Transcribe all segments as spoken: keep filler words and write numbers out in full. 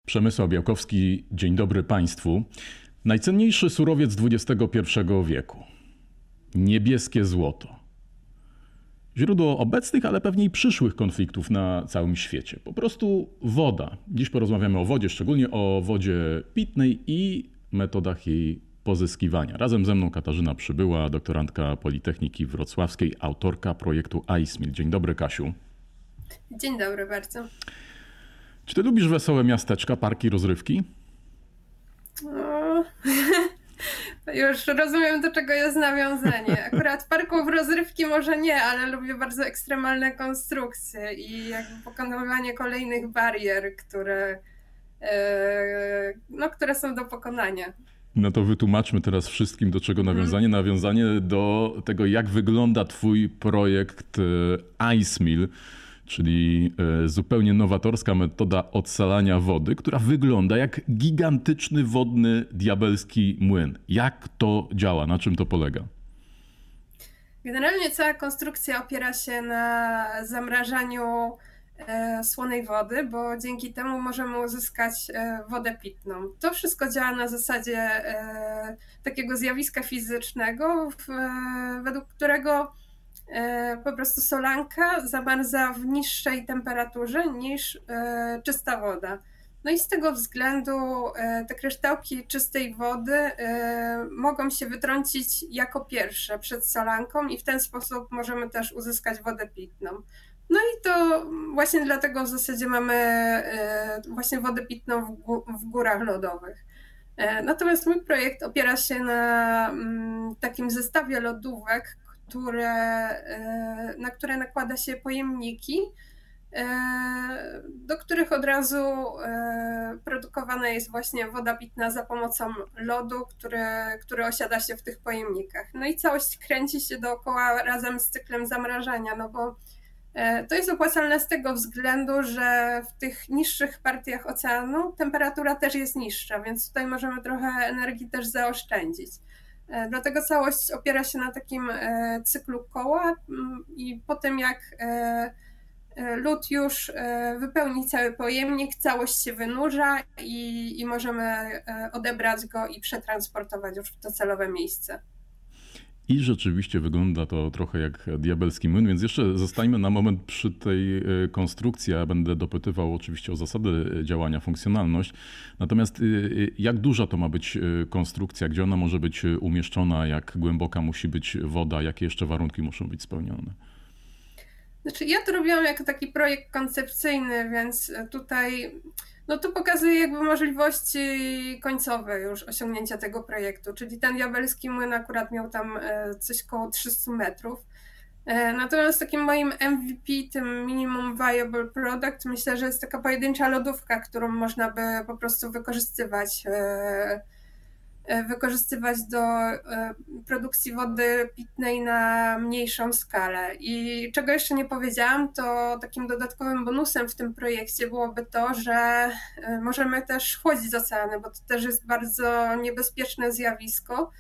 Przemysław Białkowski, dzień dobry Państwu. Najcenniejszy surowiec dwudziestego pierwszego wieku. Niebieskie złoto. Źródło obecnych, ale pewnie i przyszłych konfliktów na całym świecie. Po prostu woda. Dziś porozmawiamy o wodzie, szczególnie o wodzie pitnej i metodach jej pozyskiwania. Razem ze mną Katarzyna Przybyła, doktorantka Politechniki Wrocławskiej, autorka projektu IceMill. Dzień dobry, Kasiu. Dzień dobry bardzo. Czy ty lubisz wesołe miasteczka, parki, rozrywki? O, już rozumiem, do czego jest nawiązanie. Akurat parków rozrywki może nie, ale lubię bardzo ekstremalne konstrukcje i jakby pokonywanie kolejnych barier, które, e, no, które są do pokonania. No to wytłumaczmy teraz wszystkim, do czego nawiązanie. Hmm. Nawiązanie do tego, jak wygląda twój projekt IceMill, czyli zupełnie nowatorska metoda odsalania wody, która wygląda jak gigantyczny wodny diabelski młyn. Jak to działa? Na czym to polega? Generalnie cała konstrukcja opiera się na zamrażaniu e, słonej wody, bo dzięki temu możemy uzyskać e, wodę pitną. To wszystko działa na zasadzie e, takiego zjawiska fizycznego, w, e, według którego po prostu solanka zamarza w niższej temperaturze niż czysta woda. No i z tego względu te kryształki czystej wody mogą się wytrącić jako pierwsze przed solanką i w ten sposób możemy też uzyskać wodę pitną. No i to właśnie dlatego w zasadzie mamy właśnie wodę pitną w górach lodowych. Natomiast mój projekt opiera się na takim zestawie lodówek, Które, na które nakłada się pojemniki, do których od razu produkowana jest właśnie woda pitna za pomocą lodu, który, który osiada się w tych pojemnikach. No i całość kręci się dookoła razem z cyklem zamrażania, no bo to jest opłacalne z tego względu, że w tych niższych partiach oceanu temperatura też jest niższa, więc tutaj możemy trochę energii też zaoszczędzić. Dlatego całość opiera się na takim cyklu koła i po tym jak lód już wypełni cały pojemnik, całość się wynurza i, i możemy odebrać go i przetransportować już w docelowe miejsce. I rzeczywiście wygląda to trochę jak diabelski młyn, więc jeszcze zostańmy na moment przy tej konstrukcji. Ja będę dopytywał oczywiście o zasady działania, funkcjonalność. Natomiast jak duża to ma być konstrukcja, gdzie ona może być umieszczona, jak głęboka musi być woda, jakie jeszcze warunki muszą być spełnione? Znaczy ja to robiłam jako taki projekt koncepcyjny, więc tutaj no to pokazuje jakby możliwości końcowe już osiągnięcia tego projektu, czyli ten diabelski młyn akurat miał tam coś koło trzysta metrów. Natomiast takim moim M V P, tym Minimum Viable Product, myślę, że jest taka pojedyncza lodówka, którą można by po prostu wykorzystywać wykorzystywać do produkcji wody pitnej na mniejszą skalę. I czego jeszcze nie powiedziałam, to takim dodatkowym bonusem w tym projekcie byłoby to, że możemy też chłodzić oceany, bo to też jest bardzo niebezpieczne zjawisko.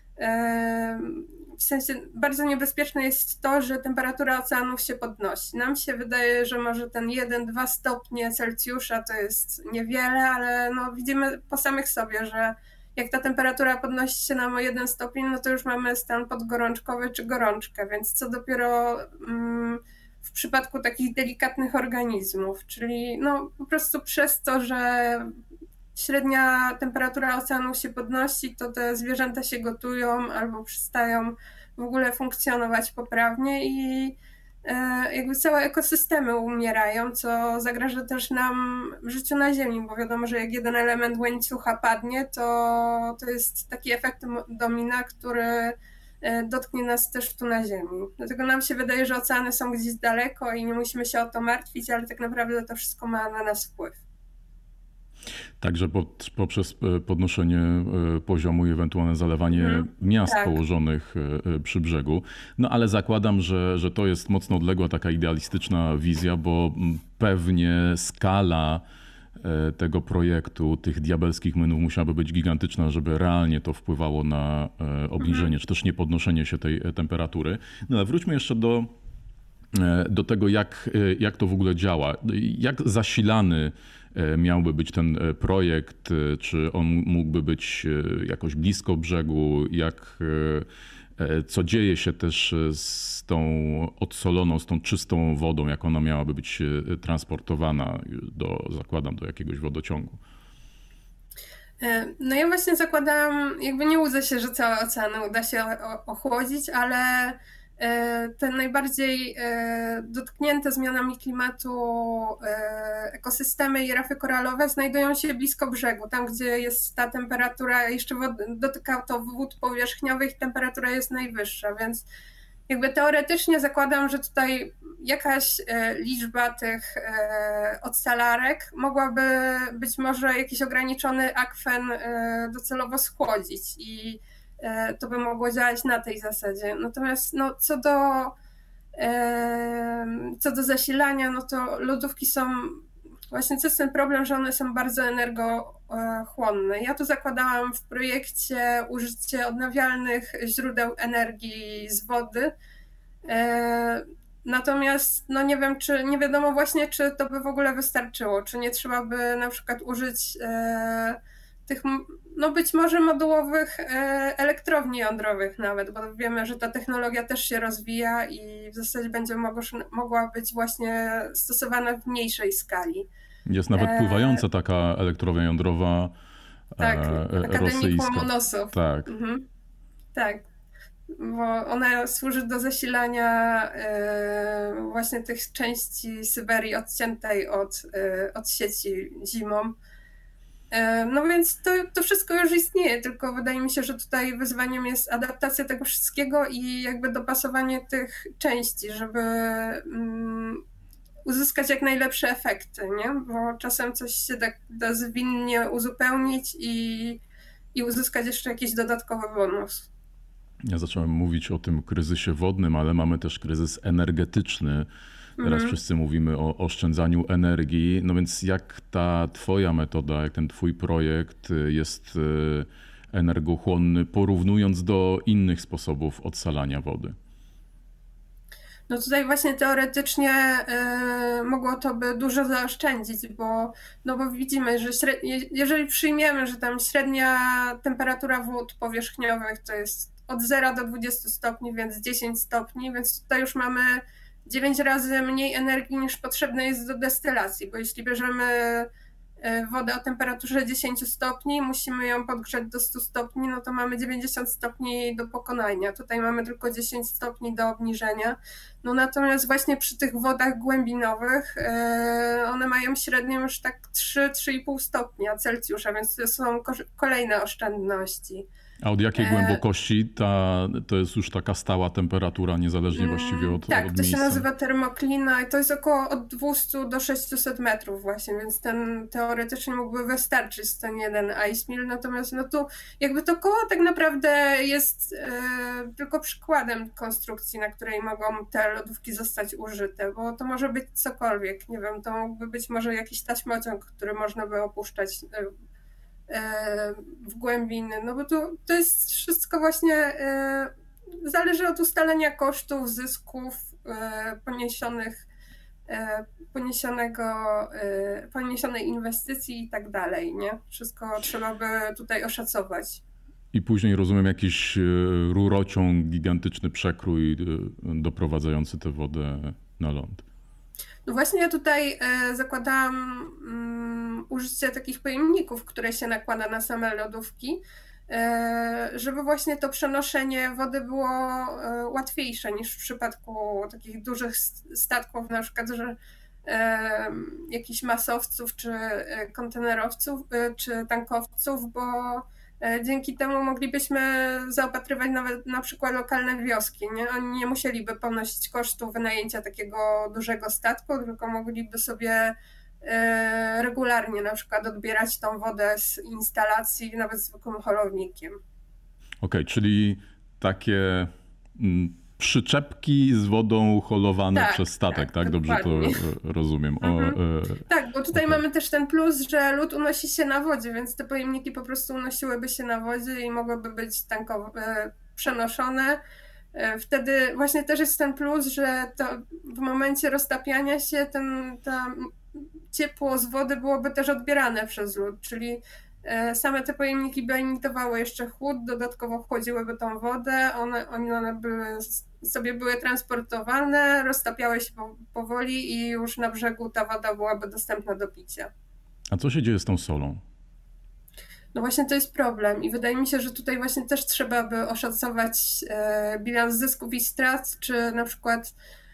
W sensie bardzo niebezpieczne jest to, że temperatura oceanów się podnosi. Nam się wydaje, że może ten jeden do dwóch stopni Celsjusza to jest niewiele, ale no widzimy po samych sobie, że jak ta temperatura podnosi się nam o jeden stopień, no to już mamy stan podgorączkowy czy gorączkę, więc co dopiero mm, w przypadku takich delikatnych organizmów, czyli no po prostu przez to, że średnia temperatura oceanu się podnosi, to te zwierzęta się gotują albo przestają w ogóle funkcjonować poprawnie i jakby całe ekosystemy umierają, co zagraża też nam w życiu na Ziemi, bo wiadomo, że jak jeden element łańcucha padnie, to, to jest taki efekt domina, który dotknie nas też tu na Ziemi. Dlatego nam się wydaje, że oceany są gdzieś daleko i nie musimy się o to martwić, ale tak naprawdę to wszystko ma na nas wpływ. Także pod, poprzez podnoszenie poziomu i ewentualne zalewanie hmm, miast tak. położonych przy brzegu. No ale zakładam, że, że to jest mocno odległa taka idealistyczna wizja, bo pewnie skala tego projektu, tych diabelskich młynów musiałaby być gigantyczna, żeby realnie to wpływało na obniżenie, hmm. czy też nie podnoszenie się tej temperatury. No ale wróćmy jeszcze do, do tego, jak, jak to w ogóle działa. Jak zasilany miałby być ten projekt? Czy on mógłby być jakoś blisko brzegu? Jak, co dzieje się też z tą odsoloną, z tą czystą wodą? Jak ona miałaby być transportowana do, zakładam, do jakiegoś wodociągu? No ja właśnie zakładałam, jakby nie łudzę się, że całe oceany uda się ochłodzić, ale te najbardziej dotknięte zmianami klimatu ekosystemy i rafy koralowe znajdują się blisko brzegu, tam gdzie jest ta temperatura, jeszcze dotyka to wód powierzchniowych, temperatura jest najwyższa, więc jakby teoretycznie zakładam, że tutaj jakaś liczba tych odsalarek mogłaby być może jakiś ograniczony akwen docelowo schłodzić i to by mogło działać na tej zasadzie. Natomiast no, co do co do zasilania, no to lodówki są, właśnie to jest ten problem, że one są bardzo energochłonne. Ja tu zakładałam w projekcie użycie odnawialnych źródeł energii z wody. Natomiast no nie wiem, czy nie wiadomo właśnie, czy to by w ogóle wystarczyło, czy nie trzeba by na przykład użyć tych, no być może modułowych elektrowni jądrowych nawet, bo wiemy, że ta technologia też się rozwija i w zasadzie będzie mogła być właśnie stosowana w mniejszej skali. Jest nawet pływająca taka elektrownia jądrowa tak, rosyjska. Łomonosów. Tak. Mhm. Tak, bo ona służy do zasilania właśnie tych części Syberii odciętej od, od sieci zimą. No więc to, to wszystko już istnieje, tylko wydaje mi się, że tutaj wyzwaniem jest adaptacja tego wszystkiego i jakby dopasowanie tych części, żeby um, uzyskać jak najlepsze efekty, nie? Bo czasem coś się tak da zwinnie uzupełnić i, i uzyskać jeszcze jakiś dodatkowy bonus. Ja zacząłem mówić o tym kryzysie wodnym, ale mamy też kryzys energetyczny. Teraz mhm. wszyscy mówimy o oszczędzaniu energii. No więc jak ta twoja metoda, jak ten twój projekt jest energochłonny, porównując do innych sposobów odsalania wody? No tutaj właśnie teoretycznie y, mogło to by dużo zaoszczędzić, bo, no bo widzimy, że średnie, jeżeli przyjmiemy, że tam średnia temperatura wód powierzchniowych to jest od zera do dwudziestu stopni, więc dziesięć stopni, więc tutaj już mamy dziewięć razy mniej energii niż potrzebne jest do destylacji, bo jeśli bierzemy wodę o temperaturze dziesięć stopni, musimy ją podgrzać do stu stopni, no to mamy dziewięćdziesiąt stopni do pokonania. Tutaj mamy tylko dziesięć stopni do obniżenia. No natomiast właśnie przy tych wodach głębinowych one mają średnio już tak trzy do trzech i pół stopnia Celsjusza, więc to są kolejne oszczędności. A od jakiej głębokości ta, to jest już taka stała temperatura, niezależnie właściwie od, tak, od miejsca? Tak, to się nazywa miejsca? termoklina i to jest około od dwieście do sześciuset metrów właśnie, więc ten teoretycznie mógłby wystarczyć ten jeden ice mill, natomiast no tu jakby to koło tak naprawdę jest e, tylko przykładem konstrukcji, na której mogą te lodówki zostać użyte, bo to może być cokolwiek, nie wiem, to mógłby być może jakiś taśmociąg, który można by opuszczać e, w głębiny, no bo to, to jest wszystko właśnie zależy od ustalenia kosztów, zysków poniesionych, poniesionego, poniesionej inwestycji i tak dalej, nie? Wszystko trzeba by tutaj oszacować. I później rozumiem jakiś rurociąg, gigantyczny przekrój doprowadzający tę wodę na ląd. No właśnie ja tutaj zakładałam um, użycie takich pojemników, które się nakłada na same lodówki, żeby właśnie to przenoszenie wody było łatwiejsze niż w przypadku takich dużych statków, na przykład, że jakichś masowców, czy kontenerowców, czy tankowców, bo dzięki temu moglibyśmy zaopatrywać nawet na przykład lokalne wioski. Nie? Oni nie musieliby ponosić kosztu wynajęcia takiego dużego statku, tylko mogliby sobie regularnie na przykład odbierać tą wodę z instalacji, nawet zwykłym holownikiem. Okej, okay, czyli takie przyczepki z wodą holowane tak, przez statek, tak? tak? Dobrze dokładnie. To rozumiem. O, mhm. e... Tak, bo tutaj okay. mamy też ten plus, że lód unosi się na wodzie, więc te pojemniki po prostu unosiłyby się na wodzie i mogłyby być tankowe, przenoszone. Wtedy właśnie też jest ten plus, że to w momencie roztapiania się ten, ta ciepło z wody byłoby też odbierane przez lód, czyli same te pojemniki by emitowały jeszcze chłód, dodatkowo wchodziłyby tą wodę, one, one były, sobie były transportowane, roztapiały się powoli i już na brzegu ta woda byłaby dostępna do picia. A co się dzieje z tą solą? No właśnie to jest problem i wydaje mi się, że tutaj właśnie też trzeba by oszacować bilans zysków i strat, czy na przykład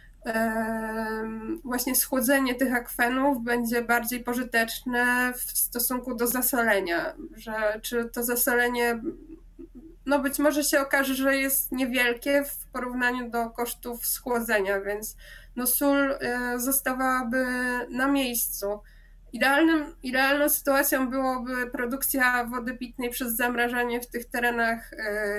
właśnie schłodzenie tych akwenów będzie bardziej pożyteczne w stosunku do zasolenia, że czy to zasolenie, no być może się okaże, że jest niewielkie w porównaniu do kosztów schłodzenia, więc no sól zostawałaby na miejscu. Idealnym, idealną sytuacją byłoby produkcja wody pitnej przez zamrażanie w tych terenach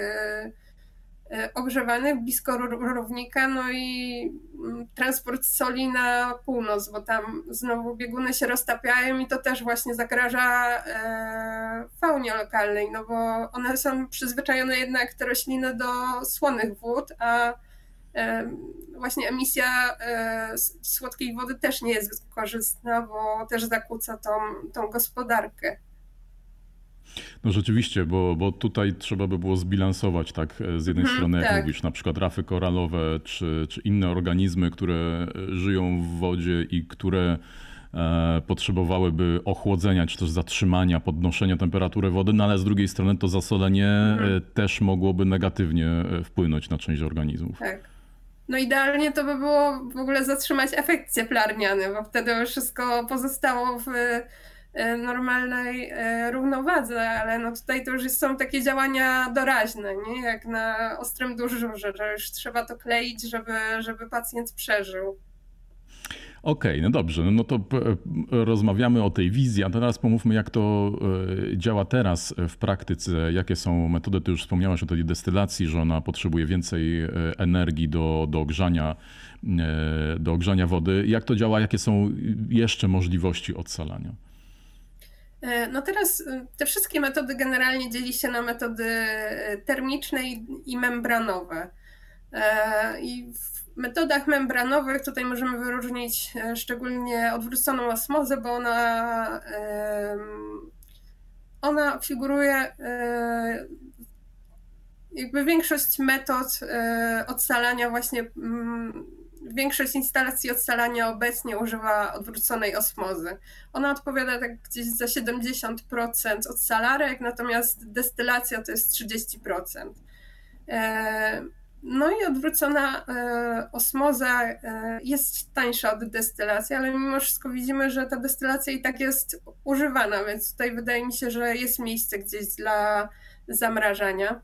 ogrzewanych blisko równika, no i transport soli na północ, bo tam znowu bieguny się roztapiają i to też właśnie zagraża faunie lokalnej, no bo one są przyzwyczajone jednak, te rośliny, do słonych wód, a właśnie emisja słodkiej wody też nie jest korzystna, bo też zakłóca tą, tą gospodarkę. No rzeczywiście, bo, bo tutaj trzeba by było zbilansować, tak, z jednej hmm, strony, jak tak. mówisz, na przykład rafy koralowe, czy, czy inne organizmy, które żyją w wodzie i które e, potrzebowałyby ochłodzenia, czy też zatrzymania, podnoszenia temperatury wody, no ale z drugiej strony to zasolenie hmm. też mogłoby negatywnie wpłynąć na część organizmów. Tak. No idealnie to by było w ogóle zatrzymać efekt cieplarniany, bo wtedy wszystko pozostało w normalnej równowadze, ale no tutaj to już są takie działania doraźne, nie? Jak na ostrym dyżurze, że już trzeba to kleić, żeby, żeby pacjent przeżył. Okej, okay, no dobrze, no to rozmawiamy o tej wizji, a teraz pomówmy, jak to działa teraz w praktyce, jakie są metody. Ty już wspomniałaś o tej destylacji, że ona potrzebuje więcej energii do, do, ogrzania, do ogrzania wody. Jak to działa, jakie są jeszcze możliwości odsalania? No teraz te wszystkie metody generalnie dzieli się na metody termiczne i membranowe. I w metodach membranowych tutaj możemy wyróżnić szczególnie odwróconą osmozę, bo ona, ona figuruje, jakby większość metod odsalania właśnie, większość instalacji odsalania obecnie używa odwróconej osmozy. Ona odpowiada tak gdzieś za siedemdziesiąt procent odsalarek, natomiast destylacja to jest trzydzieści procent. No i odwrócona osmoza jest tańsza od destylacji, ale mimo wszystko widzimy, że ta destylacja i tak jest używana, więc tutaj wydaje mi się, że jest miejsce gdzieś dla zamrażania.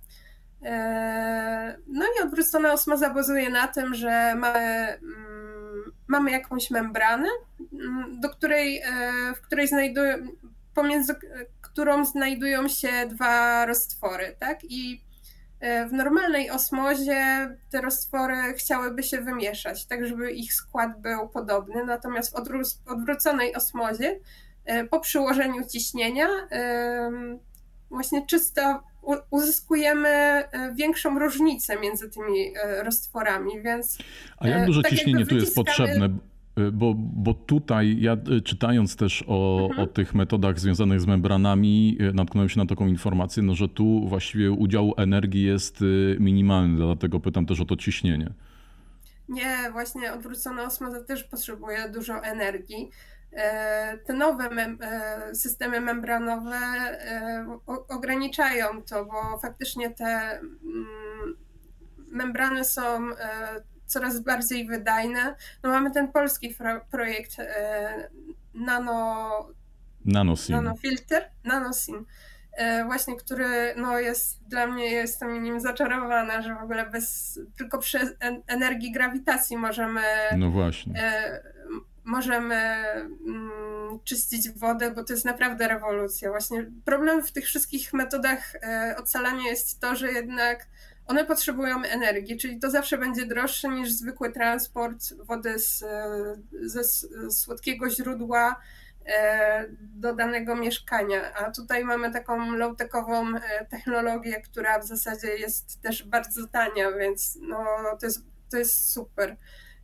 No i odwrócona osmoza bazuje na tym, że mamy, mamy jakąś membranę, do której, w której znajdują, pomiędzy którą znajdują się dwa roztwory, tak? I w normalnej osmozie te roztwory chciałyby się wymieszać, tak żeby ich skład był podobny, natomiast w odwróconej osmozie po przyłożeniu ciśnienia właśnie czysto uzyskujemy większą różnicę między tymi roztworami, więc... A jak duże tak ciśnienie tu wyciskamy... jest potrzebne? Bo, bo tutaj ja czytając też o, mhm. o tych metodach związanych z membranami natknąłem się na taką informację, no, że tu właściwie udział energii jest minimalny, dlatego pytam też o to ciśnienie. Nie, właśnie odwrócona osmoza też potrzebuje dużo energii. Te nowe mem- systemy membranowe ograniczają to, bo faktycznie te membrany są coraz bardziej wydajne. No mamy ten polski pro- projekt nano, Nanosim. nanofilter, Nanosim, właśnie, który no jest dla mnie, jestem nim zaczarowana, że w ogóle bez, tylko przy energii grawitacji możemy no właśnie. możemy mm, czyścić wodę, bo to jest naprawdę rewolucja. Właśnie problem w tych wszystkich metodach odsalania jest to, że jednak one potrzebują energii, czyli to zawsze będzie droższe niż zwykły transport wody z, ze słodkiego źródła do danego mieszkania. A tutaj mamy taką low-techową technologię, która w zasadzie jest też bardzo tania, więc no, to jest, to jest super.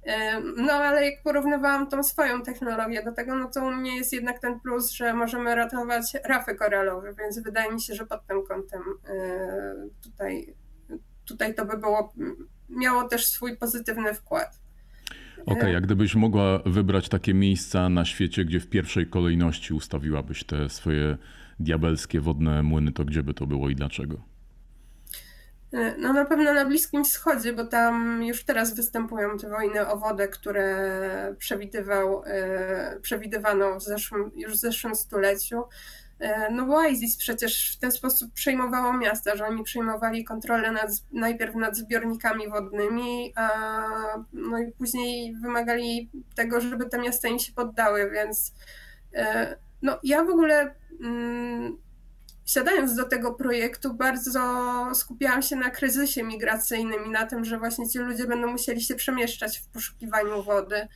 No ale jak porównywałam tą swoją technologię do tego, no to u mnie jest jednak ten plus, że możemy ratować rafy koralowe, więc wydaje mi się, że pod tym kątem tutaj, tutaj to by było, miało też swój pozytywny wkład. Okej, okay, a gdybyś mogła wybrać takie miejsca na świecie, gdzie w pierwszej kolejności ustawiłabyś te swoje diabelskie wodne młyny, to gdzie by to było i dlaczego? No na pewno na Bliskim Wschodzie, bo tam już teraz występują te wojny o wodę, które przewidywał, przewidywano w zeszłym, już w zeszłym stuleciu. No bo ISIS przecież w ten sposób przejmowało miasta, że oni przejmowali kontrolę nad, najpierw nad zbiornikami wodnymi, a no i później wymagali tego, żeby te miasta im się poddały, więc no ja w ogóle mm, siadając do tego projektu bardzo skupiałam się na kryzysie migracyjnym i na tym, że właśnie ci ludzie będą musieli się przemieszczać w poszukiwaniu wody.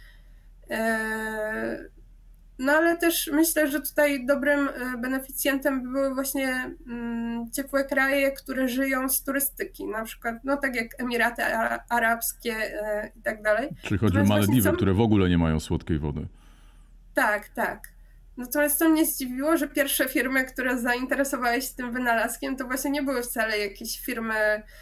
No ale też myślę, że tutaj dobrym beneficjentem były właśnie ciepłe kraje, które żyją z turystyki, na przykład no tak jak Emiraty Arabskie i tak dalej. Czyli chodzi o Malediwy, są... które w ogóle nie mają słodkiej wody. Tak, tak. Natomiast to mnie zdziwiło, że pierwsze firmy, które zainteresowały się tym wynalazkiem, to właśnie nie były wcale jakieś firmy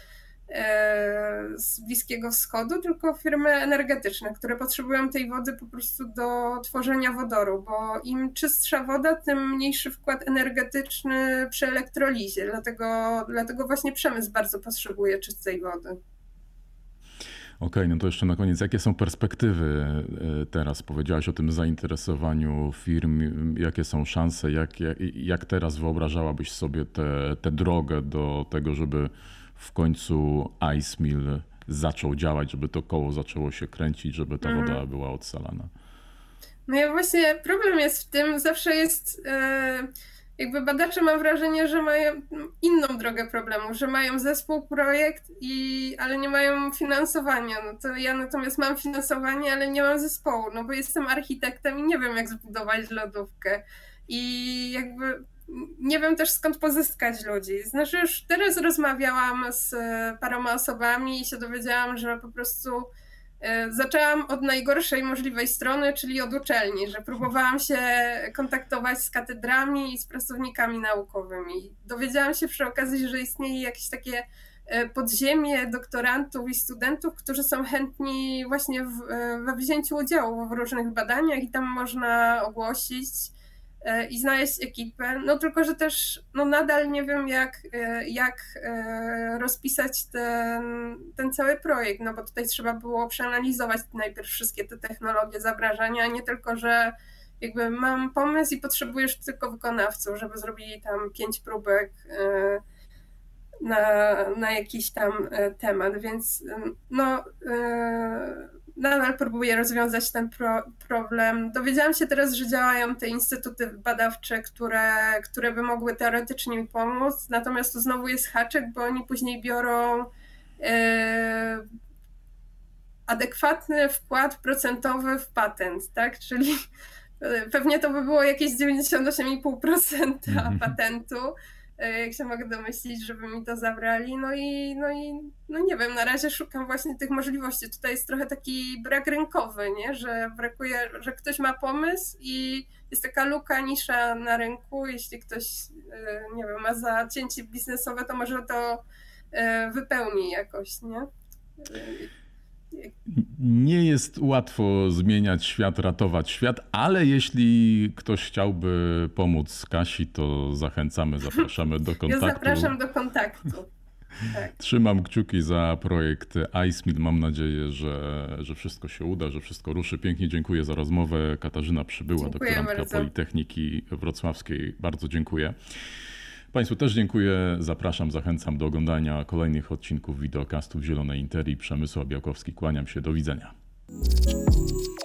z Bliskiego Wschodu, tylko firmy energetyczne, które potrzebują tej wody po prostu do tworzenia wodoru, bo im czystsza woda, tym mniejszy wkład energetyczny przy elektrolizie, dlatego, dlatego właśnie przemysł bardzo potrzebuje czystej wody. Okej, okay, no to jeszcze na koniec, jakie są perspektywy teraz? Powiedziałaś o tym zainteresowaniu firm, jakie są szanse, jak, jak, jak teraz wyobrażałabyś sobie tę drogę do tego, żeby w końcu IceMill zaczął działać, żeby to koło zaczęło się kręcić, żeby ta woda mm. była odsalana? No ja właśnie problem jest w tym, zawsze jest, jakby badacze mam wrażenie, że mają inną drogę problemu, że mają zespół, projekt, i, ale nie mają finansowania. No to ja natomiast mam finansowanie, ale nie mam zespołu, no bo jestem architektem i nie wiem, jak zbudować lodówkę. I jakby nie wiem też, skąd pozyskać ludzi. Znaczy już teraz rozmawiałam z paroma osobami i się dowiedziałam, że po prostu zaczęłam od najgorszej możliwej strony, czyli od uczelni, że próbowałam się kontaktować z katedrami i z pracownikami naukowymi. Dowiedziałam się przy okazji, że istnieje jakieś takie podziemie doktorantów i studentów, którzy są chętni właśnie w, we wzięciu udziału w różnych badaniach i tam można ogłosić i znaleźć ekipę, no tylko, że też no nadal nie wiem, jak, jak rozpisać ten, ten cały projekt, no bo tutaj trzeba było przeanalizować najpierw wszystkie te technologie zabrażania, a nie tylko, że jakby mam pomysł i potrzebujesz tylko wykonawców, żeby zrobili tam pięć próbek na, na jakiś tam temat, więc no nadal próbuję rozwiązać ten pro, problem. Dowiedziałam się teraz, że działają te instytuty badawcze, które, które by mogły teoretycznie mi pomóc, natomiast tu znowu jest haczyk, bo oni później biorą e, adekwatny wkład procentowy w patent, tak? Czyli pewnie to by było jakieś dziewięćdziesiąt osiem i pół procent patentu, jak się mogę domyślić, żeby mi to zabrali. No i, no i no nie wiem, na razie szukam właśnie tych możliwości. Tutaj jest trochę taki brak rynkowy, nie? Że brakuje, że ktoś ma pomysł i jest taka luka, nisza na rynku. Jeśli ktoś, nie wiem, ma zacięcie biznesowe, to może to wypełni jakoś, nie? Nie jest łatwo zmieniać świat, ratować świat, ale jeśli ktoś chciałby pomóc Kasi, to zachęcamy, zapraszamy do kontaktu. Ja zapraszam do kontaktu. Tak. Trzymam kciuki za projekt IceMill. Mam nadzieję, że, że wszystko się uda, że wszystko ruszy. Pięknie dziękuję za rozmowę. Katarzyna Przybyła, dziękuję doktorantka bardzo. Politechniki Wrocławskiej. Bardzo dziękuję. Państwu też dziękuję, zapraszam, zachęcam do oglądania kolejnych odcinków wideokastów Zielonej Interii. Przemysław Białkowski, kłaniam się, do widzenia.